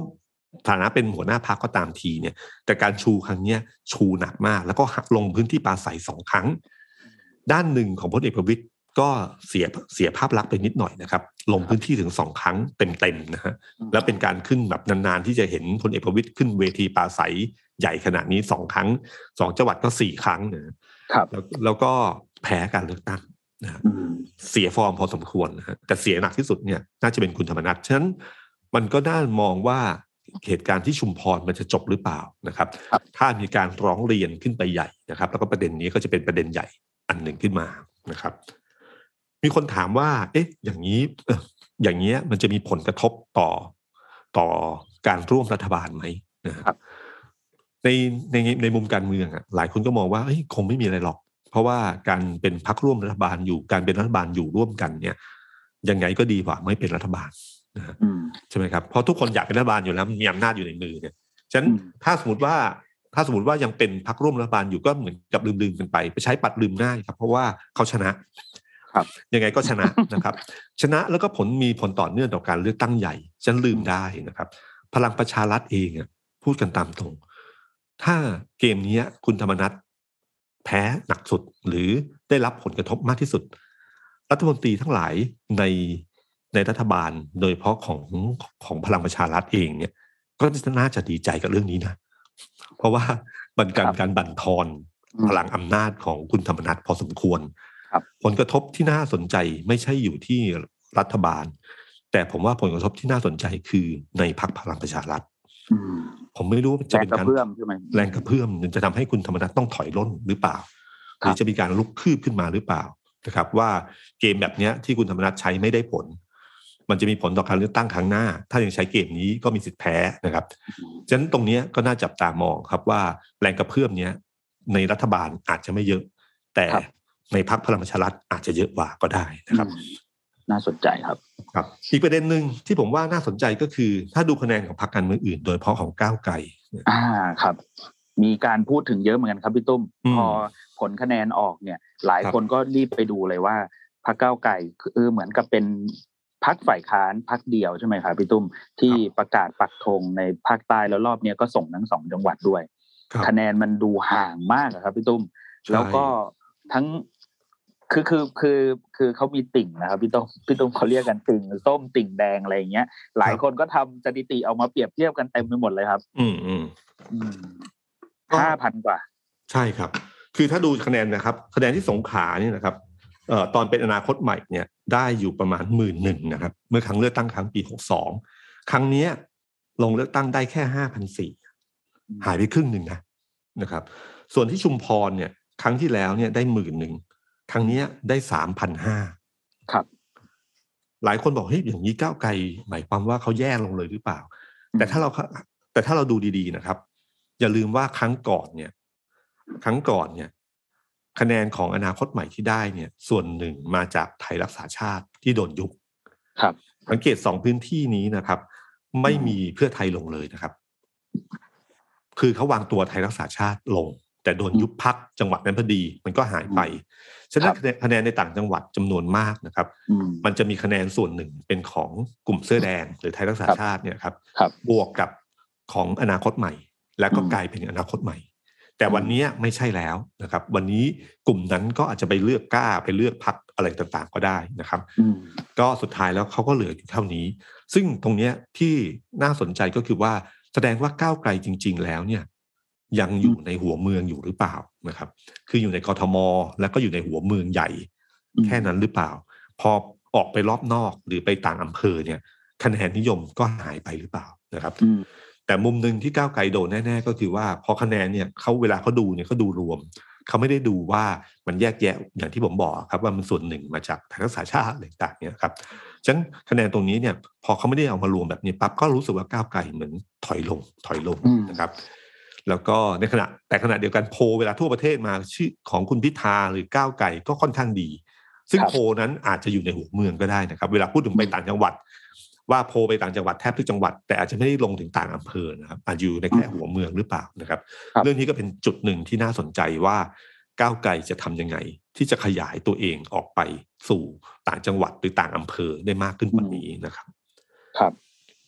ฐานะเป็นหัวหน้าพรรคก็ตามทีเนี่ยแต่การชูครั้งนี้ชูหนักมากแล้วก็ลงพื้นที่ปราศัยสองครั้งด้านหนึ่งของพลเอกประวิตรก็เสียเสียภาพลักษณ์ไปนิดหน่อยนะครับลงพื้นที่ถึงสองครั้งเต็มๆนะฮะแล้วเป็นการขึ้นแบบนานๆที่จะเห็นพลเอกประวิตรขึ้นเวทีปราศัยใหญ่ขนาดนี้สองครั้งสองจังหวัดก็สี่ครั้งนะครับแล้วแล้วก็แพ้การเลือกตั้งนะเสียฟอร์มพอสมควรนะฮะแต่เสียหนักที่สุดเนี่ยน่าจะเป็นคุณธรรมนัสฉะนั้นมันก็น่ามองว่าเหตุการณ์ที่ชุมพรมันจะจบหรือเปล่านะครับถ้ามีการร้องเรียนขึ้นไปใหญ่นะครับแล้วก็ประเด็นนี้ก็จะเป็นประเด็นใหญ่อันหนึ่งขึ้นมานะครับมีคนถามว่าเอ๊ะอย่างนี้เอออย่างเงี้ยมันจะมีผลกระทบต่อต่อการร่วมรัฐบาลไหมนะครับในในในมุมการเมืองอ่ะหลายคนก็มองว่าเฮ้ยคงไม่มีอะไรหรอกเพราะว่าการเป็นพรรคร่วมรัฐบาลอยู่การเป็นรัฐบาลอยู่ร่วมกันเนี่ยยังไงก็ดีกว่าไม่เป็นรัฐบาลนะใช่ไหมครับเพราะทุกคนอยากเป็นรัฐบาลอยู่แล้วมีอำนาจอยู่ในมือเนี่ยฉะนั้นถ้าสมมติว่าถ้าสมมติว่ายังเป็นพรรคร่วมรัฐบาลอยู่ก็เหมือนกับลืมๆกันไปไปใช้ปัดลืมง่ายครับเพราะว่าเขาชนะยังไงก็ชนะนะครับชนะแล้วก็ผลมีผลต่อเนื่องต่อการเลือกตั้งใหญ่ฉันลืมได้นะครับพลังประชารัฐเองอ่ะพูดกันตามตรงถ้าเกมนี้คุณธรรมนัสแพ้หนักสุดหรือได้รับผลกระทบมากที่สุดรัฐมนตรีทั้งหลายในในรัฐบาลโดยเฉพาะของของพลังประชารัฐเองเนี่ยก็น่าจะดีใจกับเรื่องนี้นะเพราะว่ามันการการบั่นทอนพลังอำนาจของคุณธรรมนัสพอสมควรผลกระทบที่น่าสนใจไม่ใช่อยู่ที่รัฐบาลแต่ผมว่าผลกระทบที่น่าสนใจคือในพรรคพลังประชารัฐผมไม่รู้จะเป็นการแรงกระเพื่อมจะทำให้คุณธรรมนัสต้องถอยร่นหรือเปล่าหรือจะมีการลุกคืบขึ้นมาหรือเปล่านะครับว่าเกมแบบนี้ที่คุณธรรมนัสใช้ไม่ได้ผลมันจะมีผลต่อการเลือกตั้งครั้งหน้าถ้ายังใช้เกมนี้ก็มีสิทธิ์แพ้นะครับฉะนั้นตรงนี้ก็น่าจับตามองครับว่าแรงกระเพื่อมนี้ในรัฐบาลอาจจะไม่เยอะแต่ในพรรคพลังประชารัฐอาจจะเยอะกว่าก็ได้นะครับน่าสนใจครับครับอีกประเด็นหนึ่งที่ผมว่าน่าสนใจก็คือถ้าดูคะแนนของพรรคการเมืองอื่นโดยเฉพาะของก้าวไกลอ่าครับมีการพูดถึงเยอะเหมือนกันครับพี่ตุ้มพอผลคะแนนออกเนี่ยหลายคนก็รีบไปดูเลยว่าพรรคก้าวไกลคือเหมือนกับเป็นพรรคฝ่ายค้านพรรคเดียวใช่ไหมครับพี่ตุ้มที่ประกาศปักธงในภาคใต้แล้วรอบนี้ก็ส่งทั้งสองจังหวัดด้วยคะแนนมันดูห่างมากครับพี่ตุ้มแล้วก็ทั้งคือคือคือคือเขามีติ่งนะครับพี่ตุ้มพี่ตุ้มเขาเรียกกันติ่งส้มติ่งแดงอะไรอย่างเงี้ยหลายคนก็ทำสถิติเอามาเปรียบเทียบกันเต็มไปหมดเลยครับอืมอืมห้าพันกว่าใช่ครับคือถ้าดูคะแนนนะครับคะแนนที่สงขลาเนี่ยนะครับเอ่อตอนเป็นอนาคตใหม่เนี่ยได้อยู่ประมาณหมื่นหนึ่งนะครับเมื่อครั้งเลือกตั้งครั้งปีหกสองครั้งนี้ลงเลือกตั้งได้แค่ห้าพันสี่หายไปครึ่งหนึ่งนะนะครับส่วนที่ชุมพรเนี่ยครั้งที่แล้วเนี่ยได้หมื่นหนึ่งครั้งนี้ได้สามพันห้าครับหลายคนบอกเฮ้ยอย่างนี้ก้าวไกลหมายความว่าเขาแย่ลงเลยหรือเปล่าแต่ถ้าเราแต่ถ้าเราดูดีๆนะครับอย่าลืมว่าครั้งก่อนเนี่ยครั้งก่อนเนี่ยคะแนนของอนาคตใหม่ที่ได้เนี่ยส่วนหนึ่งมาจากไทยรักษาชาติที่โดนยุบครับสังเกตสองพื้นที่นี้นะครับไม่มีเพื่อไทยลงเลยนะครับคือเขาวางตัวไทยรักษาชาติลงแต่โดนยุบพรรคจังหวัดนั้นพอดีมันก็หายไปฉะนั้นคะแนนในต่างจังหวัดจำนวนมากนะครับมันจะมีคะแนนส่วนหนึ่งเป็นของกลุ่มเสื้อแดงหรือไทยรักษาชาติเนี่ยครับบวกกับของอนาคตใหม่แล้วก็กลายเป็นอนาคตใหม่แต่วันนี้ไม่ใช่แล้วนะครับวันนี้กลุ่มนั้นก็อาจจะไปเลือกกล้าไปเลือกพรรคอะไรต่างๆก็ได้นะครับก็สุดท้ายแล้วเขาก็เหลืออยู่เท่านี้ซึ่งตรงนี้ที่น่าสนใจก็คือว่าแสดงว่าก้าวไกลจริงๆแล้วเนี่ยยังอยู่ในหัวเมืองอยู่หรือเปล่านะครับคืออยู่ในกทมแล้วก็อยู่ในหัวเมืองใหญ่แค่นั้นหรือเปล่าพอออกไปรอบนอกหรือไปต่างอำเภอเนี่ยคะแนนนิยมก็หายไปหรือเปล่านะครับแต่มุมนึงที่ก้าวไกลโดนแน่ๆก็คือว่าพอคะแนนเนี่ยเขาเวลาเขาดูเนี่ยเขาดูรวมเขาไม่ได้ดูว่ามันแยกแยะอย่างที่ผมบอกครับว่ามันส่วนหนึ่งมาจากไทยรักษาชาติอะไรต่างๆเนี่ยครับฉะนั้นคะแนนตรงนี้เนี่ยพอเขาไม่ได้เอามารวมแบบนี้ปั๊บก็รู้สึกว่าก้าวไกลเหมือนถอยลงถอยลงนะครับแล้วก็ในขณะแต่ขณะเดียวกันโพลเวลาทั่วประเทศมาชื่อของคุณพิธาหรือก้าวไกลก็ค่อนข้างดีซึ่งโพลนั้นอาจจะอยู่ในหัวเมืองก็ได้นะครับเวลาพูดถึงไปต่างจังหวัดว่าโพลไปต่างจังหวัดแทบทุกจังหวัดแต่อาจจะไม่ได้ลงถึงต่างอำเภอนะครับอาจอยู่ในแค่หัวเมืองหรือเปล่านะครับเรื่องนี้ก็เป็นจุดหนึ่งที่น่าสนใจว่าก้าวไกลจะทำยังไงที่จะขยายตัวเองออกไปสู่ต่างจังหวัดหรือต่างอำเภอได้มากขึ้นกว่านี้นะครับครับ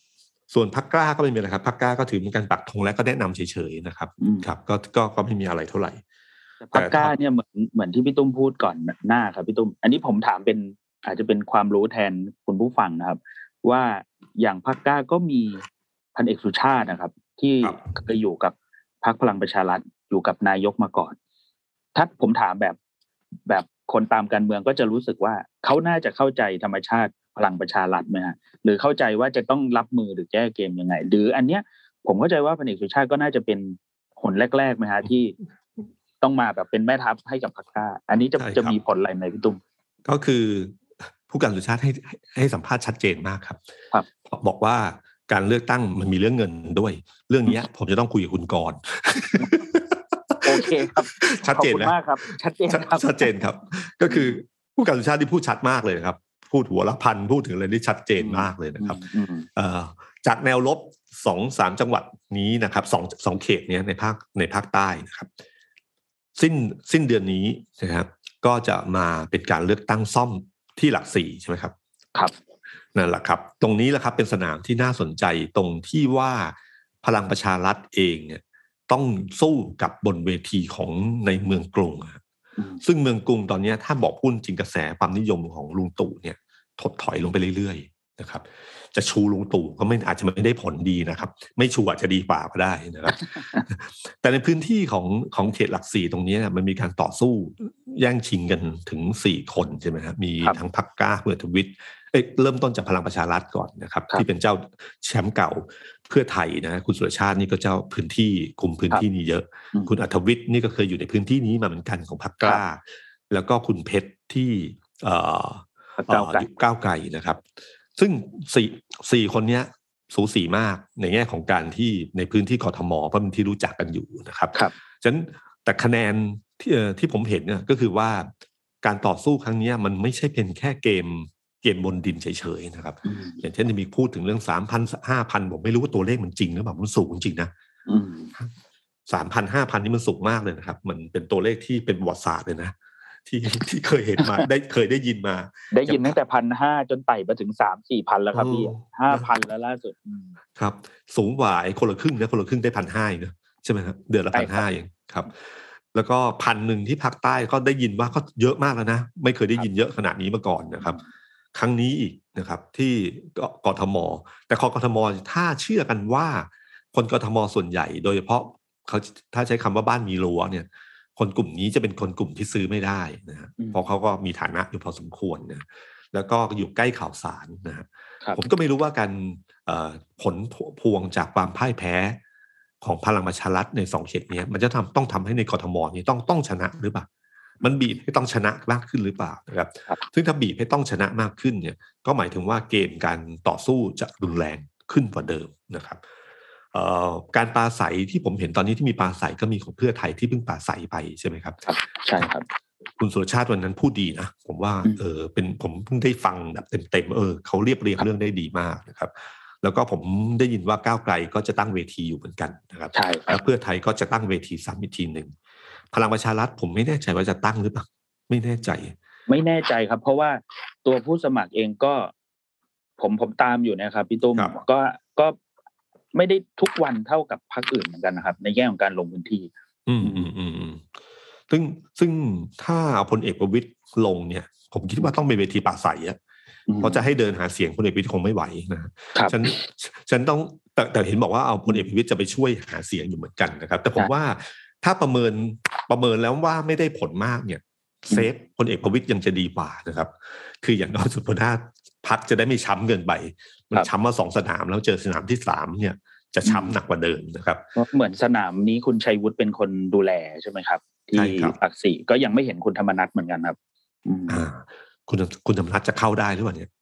ส่วนพรรคกล้าก็ไม่มีอะไรครับพรรคกล้าก็ถือเป็นการปักธงและก็แนะนำเฉยๆนะครับครับก็ก็ก็ไม่มีอะไรเท่าไหร่พรรคกล้าเนี่ยเหมือนเหมือนที่พี่ตุ้มพูดก่อนหน้าครับพี่ตุ้มอันนี้ผมถามเป็นอาจจะเป็นความรู้แทนคุณผู้ฟังนะครับว่าอย่างพรรคกล้าก็มีพันเอกสุชาตินะครับที่เคยอยู่กับพรรคพลังประชารัฐอยู่กับนายกมาก่อนถ้าผมถามแบบแบบคนตามการเมืองก็จะรู้สึกว่าเขาน่าจะเข้าใจธรรมชาติพลังประชารัฐไหมฮะหรือเข้าใจว่าจะต้องรับมือหรือแก้เกมยังไงหรืออันเนี้ยผมเข้าใจว่าพันเอกสุชาติก็น่าจะเป็นคนแรกๆไหมฮะที่ต้องมาแบบเป็นแม่ทัพให้กับพรรคกล้าอันนี้จะจะมีผลอะไรไหมพี่ตุ้มก็คือผู้การสุชาติให้ให้สัมภาษณ์ชัดเจนมากครับครับบอกว่าการเลือกตั้งมันมีเรื่องเงินด้วยเรื่องนี้ผมจะต้องคุยกับคุณกรณ์โอเคครับชัดเจนนะมากครับชัดเจนครับชัดเจนครับก็คือผู้การสุชาติที่พูดชัดมากเลยครับพูดหัวละพันพูดถึงอะไรที่ชัดเจนมากเลยนะครับจากแนวลบสองสามจังหวัดนี้นะครับสองสองเขตนี้ในภาคในภาคใต้นะครับสิ้นสิ้นเดือนนี้นะครับก็จะมาเป็นการเลือกตั้งซ่อมที่หลักสี่ใช่ไหมครับครับนั่นแหละครับตรงนี้แหละครับเป็นสนามที่น่าสนใจตรงที่ว่าพลังประชารัฐเองเนี่ยต้องสู้กับบนเวทีของในเมืองกรุงซึ่งเมืองกรุงตอนนี้ถ้าบอกพูดจริงกระแสความนิยมของลุงตู่เนี่ยถดถอยลงไปเรื่อยๆนะครับจะชูลุงตู่ก็ไม่อาจจะไม่ได้ผลดีนะครับไม่ชูอาจจะดีกว่าก็ได้นะครับ แต่ในพื้นที่ของของเขตหลักสี่ตรงนี้มันมีการต่อสู้แย่งชิงกันถึงสี่คนใช่ไหมครับมีทั้งพรรคกล้าเพื่อทวิตเอ้ยเริ่มต้นจากพลังประชารัฐก่อนนะครับที่เป็นเจ้าแชมป์เก่าเพื่อไทยนะคุณสุรชาตินี่ก็เจ้าพื้นที่คุมพื้นที่นี้เยอะคุณอัธวิทย์นี่ก็เคยอยู่ในพื้นที่นี้มาเหมือนกันของพรรคกล้าแล้วก็คุณเพชรที่เอ่อก้าวไกลนะครับซึ่งสี่สี่คนนี้สูสีมากในแง่ของการที่ในพื้นที่กทมเพราะมันที่รู้จักกันอยู่นะครับฉะนั้นแต่คะแนนที่ที่ผมเห็นเนี่ยก็คือว่าการต่อสู้ครั้งนี้มันไม่ใช่เป็นแค่เกมเกมบนดินเฉยๆนะครับอย่างเช่นมีพูดถึงเรื่อง สามพัน ห้าพัน ผมไม่รู้ว่าตัวเลขมันจริงหรือเปล่ามันสูงจริงนะ สามพัน ห้าพัน นี่มันสูงมากเลยนะครับมันเป็นตัวเลขที่เป็นประวัติศาสตร์เลยนะที่ที่เคยเห็นมาได้เคยได้ยินมาได้ยินตั้งแต่ หนึ่งพันห้าร้อย จนไต่มาถึง สามถึงสี่พัน แล้วครับพี่ ห้าพัน แล้วล่าสุดครับสูงกว่าไอ้คนละครึ่งนะคนละครึ่งได้ หนึ่งพันห้าร้อย เนอะใช่มั้ยครับเดือนละ หนึ่งพันห้าร้อย เองครับแล้วก็ หนึ่งพันหนึ่ง ที่ภาคใต้ก็ได้ยินว่าก็เยอะมากแล้วนะไม่เคยได้ยินเยอะขนาดนี้มาก่อนนะครับครั้งนี้อีกนะครับที่กทมแต่กทมถ้าเชื่อกันว่าคนกทมส่วนใหญ่โดยเฉพาะเขาถ้าใช้คำว่าบ้านมีรั้วเนี่ยคนกลุ่มนี้จะเป็นคนกลุ่มที่ซื้อไม่ได้นะฮะเพราะเขาก็มีฐานะอยู่พอสมควรนะแล้วก็อยู่ใกล้ข่าวสารนะฮะผมก็ไม่รู้ว่าการผลพวงจากความพ่ายแพ้ของพลังประชารัฐในสองเขตนี้มันจะทำต้องทำให้ในกทมนี้ต้องต้องชนะหรือเปล่ามันบีบให้ต้องชนะมากขึ้นหรือเปล่านะครับซึ่งถ้าบีบให้ต้องชนะมากขึ้นเนี่ยก็หมายถึงว่าเกมการต่อสู้จะรุนแรงขึ้นกว่าเดิมนะครับการปราศัยที่ผมเห็นตอนนี้ที่มีปราศัยก็มีของเพื่อไทยที่เพิ่งปราศัยไปใช่ไหมครับใช่ครับคุณสุรชาติวันนั้นพูดดีนะผมว่าเออเป็นผมเพิ่งได้ฟังแบบเต็มๆเออเขาเรียบเรียงเรื่องได้ดีมากนะครับแล้วก็ผมได้ยินว่าก้าวไกลก็จะตั้งเวทีอยู่เหมือนกันนะครับแล้วเพื่อไทยก็จะตั้งเวทีซ้ำอีกทีหนึ่งพลังประชารัฐผมไม่แน่ใจว่าจะตั้งหรือเปล่าไม่แน่ใจไม่แน่ใจครับเพราะว่าตัวผู้สมัครเองก็ผมผมตามอยู่นะครับพี่ตุ้มก็ก็ไม่ได้ทุกวันเท่ากับพรรคอื่นเหมือนกันนะครับในแง่ของการลงพื้นที่อืมอืมอืมซึ่งซึ่งถ้าเอาพลเอกประวิตรลงเนี่ยผมคิดว่าต้องเป็นเวทีปราศัยอ่ะเพราะจะให้เดินหาเสียงพลเอกประวิตรคงไม่ไหวนะฉันฉันต้องแต่แต่เห็นบอกว่าเอาพลเอกประวิตรจะไปช่วยหาเสียงอยู่เหมือนกันนะครับแต่ผมว่าถ้าประเมินประเมินแล้วว่าไม่ได้ผลมากเนี่ยเซฟพลเอกประวิตรยังจะดีกว่านะครับคืออย่างน้อยสุดพลพรรคจะได้ไม่ช้ำเกินไปมันช้ำมาสองสนามแล้วเจอสนามที่สามเนี่ยจะช้ำหนักกว่าเดิมนะครับเหมือนสนามนี้คุณชัยวุฒิเป็นคนดูแลใช่ไหมครับที่หลักสี่ก็ยังไม่เห็นคุณธรรมนัสเหมือนกันครับอ่าคุณคุณธรรมนัสจะเข้าได้หรือเปล่าเนี่ย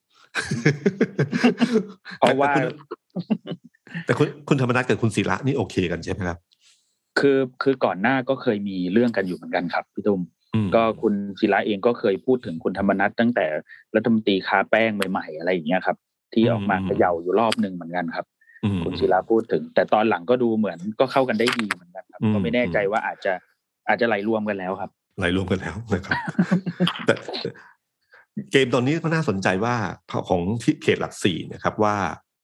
เพราะว่าแต่คุณคุณธรรมนัสกับคุณศิระนี่โอเคกันใช่ไหมครับคือคือก่อนหน้าก็เคยมีเรื่องกันอยู่เหมือนกันครับพี่ตุ้มก็คุณศิระเองก็เคยพูดถึงคุณธรรมนัสตั้งแต่รัฐมนตรีค้าแป้งใหม่ๆอะไรอย่างเงี้ยครับที่ออกมาเขย่าอยู่รอบนึงเหมือนกันครับคุณศิระพูดถึงแต่ตอนหลังก็ดูเหมือนก็เข้ากันได้ดีเหมือนกันครับก็ไม่แน่ใจว่าอาจจะอาจจะไหลรวมกันแล้วครับไหลรวมกันแล้วนะครับแต่เกมตอนนี้ก็น่าสนใจว่าของที่เขตหลักสี่นะครับว่า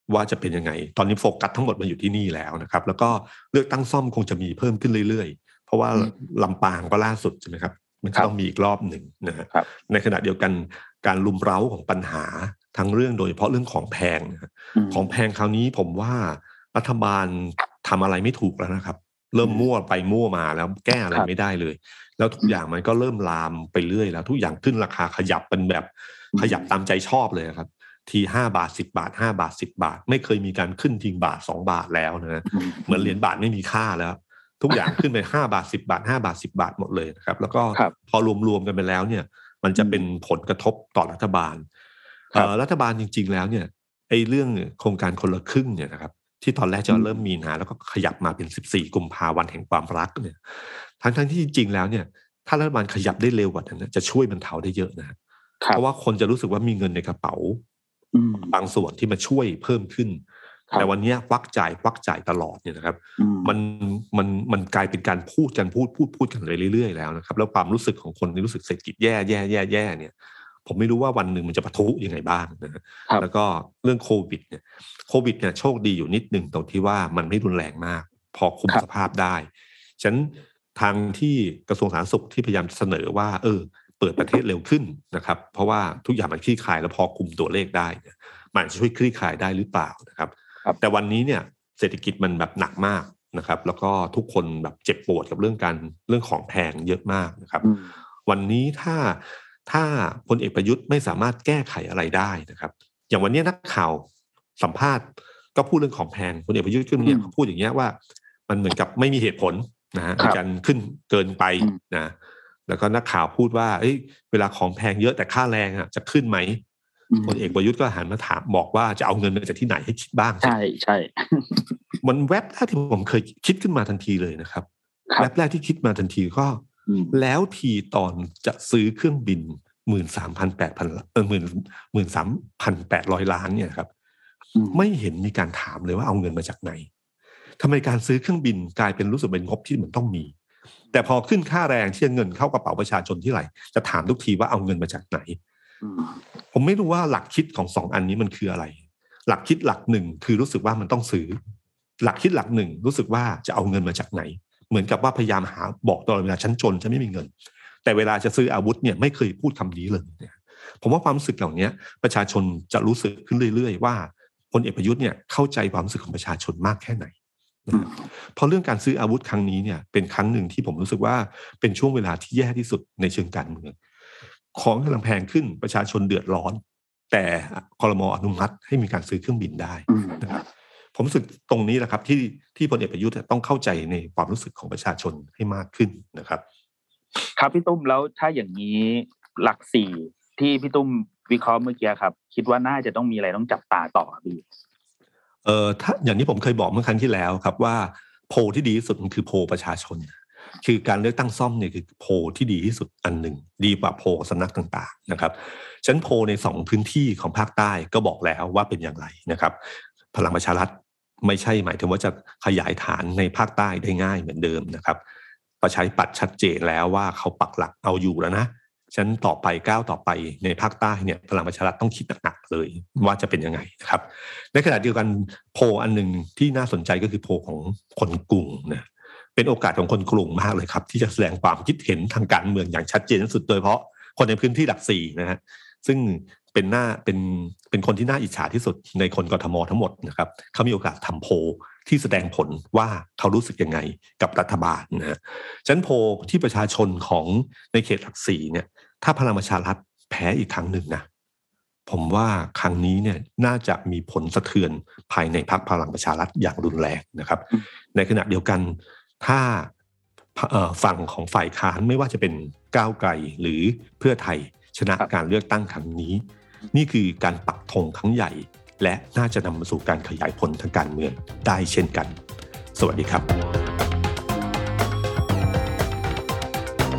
ว่าจะเป็นยังไงตอนนี้โฟกัสทั้งหมดมันอยู่ที่นี่แล้วนะครับแล้วก็เลือกตั้งซ่อมคงจะมีเพิ่มขึ้นเรื่อยๆเพราะว่าลำปางก็ล่าสุดใช่ไหมครับมันก็ต้องมีอีกรอบหนึ่งนะฮะในขณะเดียวกันการลุมเร้าของปัญหาทั้งเรื่องโดยเฉพาะเรื่องของแพงของแพงคราวนี้ผมว่ารัฐบาลทำอะไรไม่ถูกแล้วนะครับเริ่มมั่วไปมั่วมาแล้วแก้อะไรไม่ได้เลยแล้วทุกอย่างมันก็เริ่มลามไปเรื่อยแล้วทุกอย่างขึ้นราคาขยับเป็นแบบขยับตามใจชอบเลยครับทีห้าบาทสิบบาทห้าบาทสิบบาทไม่เคยมีการขึ้นทิ้งบาทสองบาทแล้วนะเหมือนเหรียญบาทไม่มีค่าแล้วทุกอย่างขึ้นไปห้าบาทสิบบาทห้าบาทสิบบาทหมดเลยนะครับแล้วก็พอรวมๆกันไปแล้วเนี่ยมันจะเป็นผลกระทบต่อรัฐบาลรัฐบาลจริงๆแล้วเนี่ยไอ้เรื่องโครงการคนละครึ่งเนี่ยนะครับที่ตอนแรกจะเริ่มมีนาแล้วก็ขยับมาเป็นสิบสี่กุมภาพันธ์แห่งความรักเนี่ยทั้งๆที่จริงๆแล้วเนี่ยถ้ารัฐบาลขยับได้เร็วกว่านั้นจะช่วยบรรเทาได้เยอะนะเพราะว่าคนจะรู้สึกว่ามีเงินในกระเป๋าบางส่วนที่มาช่วยเพิ่มขึ้นแต่วันนี้ควักจ่ายควักจ่ายตลอดเนี่ยนะครับมันมันมันกลายเป็นการพูดกันพูดพูดพูดกันไปเรื่อยๆแล้วนะครับแล้วความรู้สึกของคนที่รู้สึกเศรษฐกิจแย่แย่แย่แย่เนี่ยผมไม่รู้ว่าวันหนึ่งมันจะปะทุยังไงบ้างนะแล้วก็เรื่องโควิดเนี่ยโควิดเนี่ยโชคดีอยู่นิดนึงตรงที่ว่ามันไม่รุนแรงมากพอคุมสภาพได้ฉะนั้นทางที่กระทรวงสาธารณสุขที่พยายามเสนอว่าเออเปิดประเทศเร็วขึ้นนะครับเพราะว่าทุกอย่างมันคลี่คลายแล้วพอคุมตัวเลขได้เนี่ยมันจะช่วยคลี่คลายได้หรือเปล่านะครับแต่วันนี้เนี่ยเศรษฐกิจมันแบบหนักมากนะครับแล้วก็ทุกคนแบบเจ็บปวดกับเรื่องการเรื่องของแพงเยอะมากนะครับวันนี้ถ้าถ้าพลเอกประยุทธ์ไม่สามารถแก้ไขอะไรได้นะครับอย่างวันนี้นักข่าวสัมภาษณ์ก็พูดเรื่องของแพงพลเอกประยุทธ์ขึ้นเนี่ยเขาพูดอย่างเงี้ยว่ามันเหมือนกับไม่มีเหตุผลนะฮะในการขึ้นเกินไปนะแล้วก็นักข่าวพูดว่าเอ้ยเวลาของแพงเยอะแต่ค่าแรงอ่ะจะขึ้นไหมพลเอกประยุทธ์ก็หันมาถามบอกว่าจะเอาเงินมาจากที่ไหนให้คิดบ้างใช่ใช่มันแวบแรกที่ผมเคยคิดขึ้นมาทันทีเลยนะครับแวบแรกที่คิดมาทันทีก็แล้วทีตอนจะซื้อเครื่องบินหมื่นสามพันแปดพันเออหมื่นหมื่นสามพันแปดร้อยล้านเนี่ยครับไม่เห็นมีการถามเลยว่าเอาเงินมาจากไหนทำไมการซื้อเครื่องบินกลายเป็นรู้สึกเป็นงบที่มันต้องมีแต่พอขึ้นค่าแรงที่เงินเข้ากระเป๋าประชาชนที่ไหนจะถามทุกทีว่าเอาเงินมาจากไหนผมไม่รู้ว่าหลักคิดของสองอันนี้มันคืออะไรหลักคิดหลักหนึ่งคือรู้สึกว่ามันต้องซื้อหลักคิดหลักหนึ่งรู้สึกว่าจะเอาเงินมาจากไหนเหมือนกับว่าพยายามหาบอกตลอดเวลาฉันจนฉันไม่มีเงินแต่เวลาจะซื้ออาวุธเนี่ยไม่เคยพูดคำนี้เลยผมว่าความรู้สึกเหล่านี้ประชาชนจะรู้สึกขึ้นเรื่อยๆว่าพลเอกประยุทธ์เนี่ยเข้าใจความรู้สึกของประชาชนมากแค่ไหนเพราะเรื่องการซื้ออาวุธครั้งนี้เนี่ยเป็นครั้งหนึ่งที่ผมรู้สึกว่าเป็นช่วงเวลาที่แย่ที่สุดในเชิงการเมืองของกำลังแพงขึ้นประชาชนเดือดร้อนแต่ครม.อนุมัติให้มีการซื้อเครื่องบินได้นะครับผมรู้สึกตรงนี้แหละครับที่ที่พลเอกประยุทธ์ต้องเข้าใจในความรู้สึกของประชาชนให้มากขึ้นนะครับครับพี่ตุ้มแล้วถ้าอย่างนี้หลักสี่ที่พี่ตุ้มวิเคราะห์เมื่อกี้ครับคิดว่าน่าจะต้องมีอะไรต้องจับตาต่อพี่เอ่อถ้าอย่างที่ผมเคยบอกเมื่อครั้งที่แล้วครับว่าโพลที่ดีที่สุดมันคือโพลประชาชนคือการเลือกตั้งซ่อมเนี่ยคือโพลที่ดีที่สุดอันหนึ่งดีกว่าโพลสำนักต่างๆนะครับฉะนั้นโพลในสองพื้นที่ของภาคใต้ก็บอกแล้วว่าเป็นอย่างไรนะครับพลังประชารัฐไม่ใช่หมายถึงว่าจะขยายฐานในภาคใต้ได้ง่ายเหมือนเดิมนะครับประชาธิปัตย์ชัดเจนแล้วว่าเขาปักหลักเอาอยู่แล้วนะฉะนั้นต่อไปก้าวต่อไปในภาคใต้เนี่ยพลังประชารัฐต้องคิดหนักๆเลยว่าจะเป็นยังไงนะครับในขณะเดียวกันโพลอันนึงที่น่าสนใจก็คือโพลของคนกรุงนะเป็นโอกาสของคนกรุงมากเลยครับที่จะแสดงความคิดเห็นทางการเมืองอย่างชัดเจนที่สุดโดยเฉพาะคนในพื้นที่หลักสี่นะฮะซึ่งเป็นหน้าเป็นเป็นคนที่น่าอิจฉาที่สุดในคนกทมทั้งหมดนะครับเขามีโอกาสทำโพลที่แสดงผลว่าเขารู้สึกยังไงกับรัฐบาลนะฮะฉะนั้นโพลที่ประชาชนของในเขตหลักสี่เนี่ยถ้าพลังประชารัฐแพ้อีกครั้งหนึ่งนะผมว่าครั้งนี้เนี่ยน่าจะมีผลสะเทือนภายในพรรคพลังประชารัฐอย่างรุนแรงนะครับในขณะเดียวกันถ้าฝั่งของฝ่ายค้านไม่ว่าจะเป็นก้าวไกลหรือเพื่อไทยชนะการเลือกตั้งครั้งนี้นี่คือการปักธงครั้งใหญ่และน่าจะนำมาสู่การขยายผลทางการเมืองได้เช่นกันสวัสดีครับ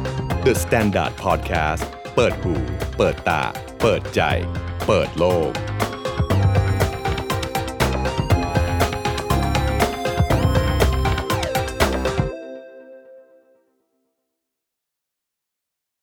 The Standard Podcast เปิดหูเปิดตาเปิดใจเปิดโลก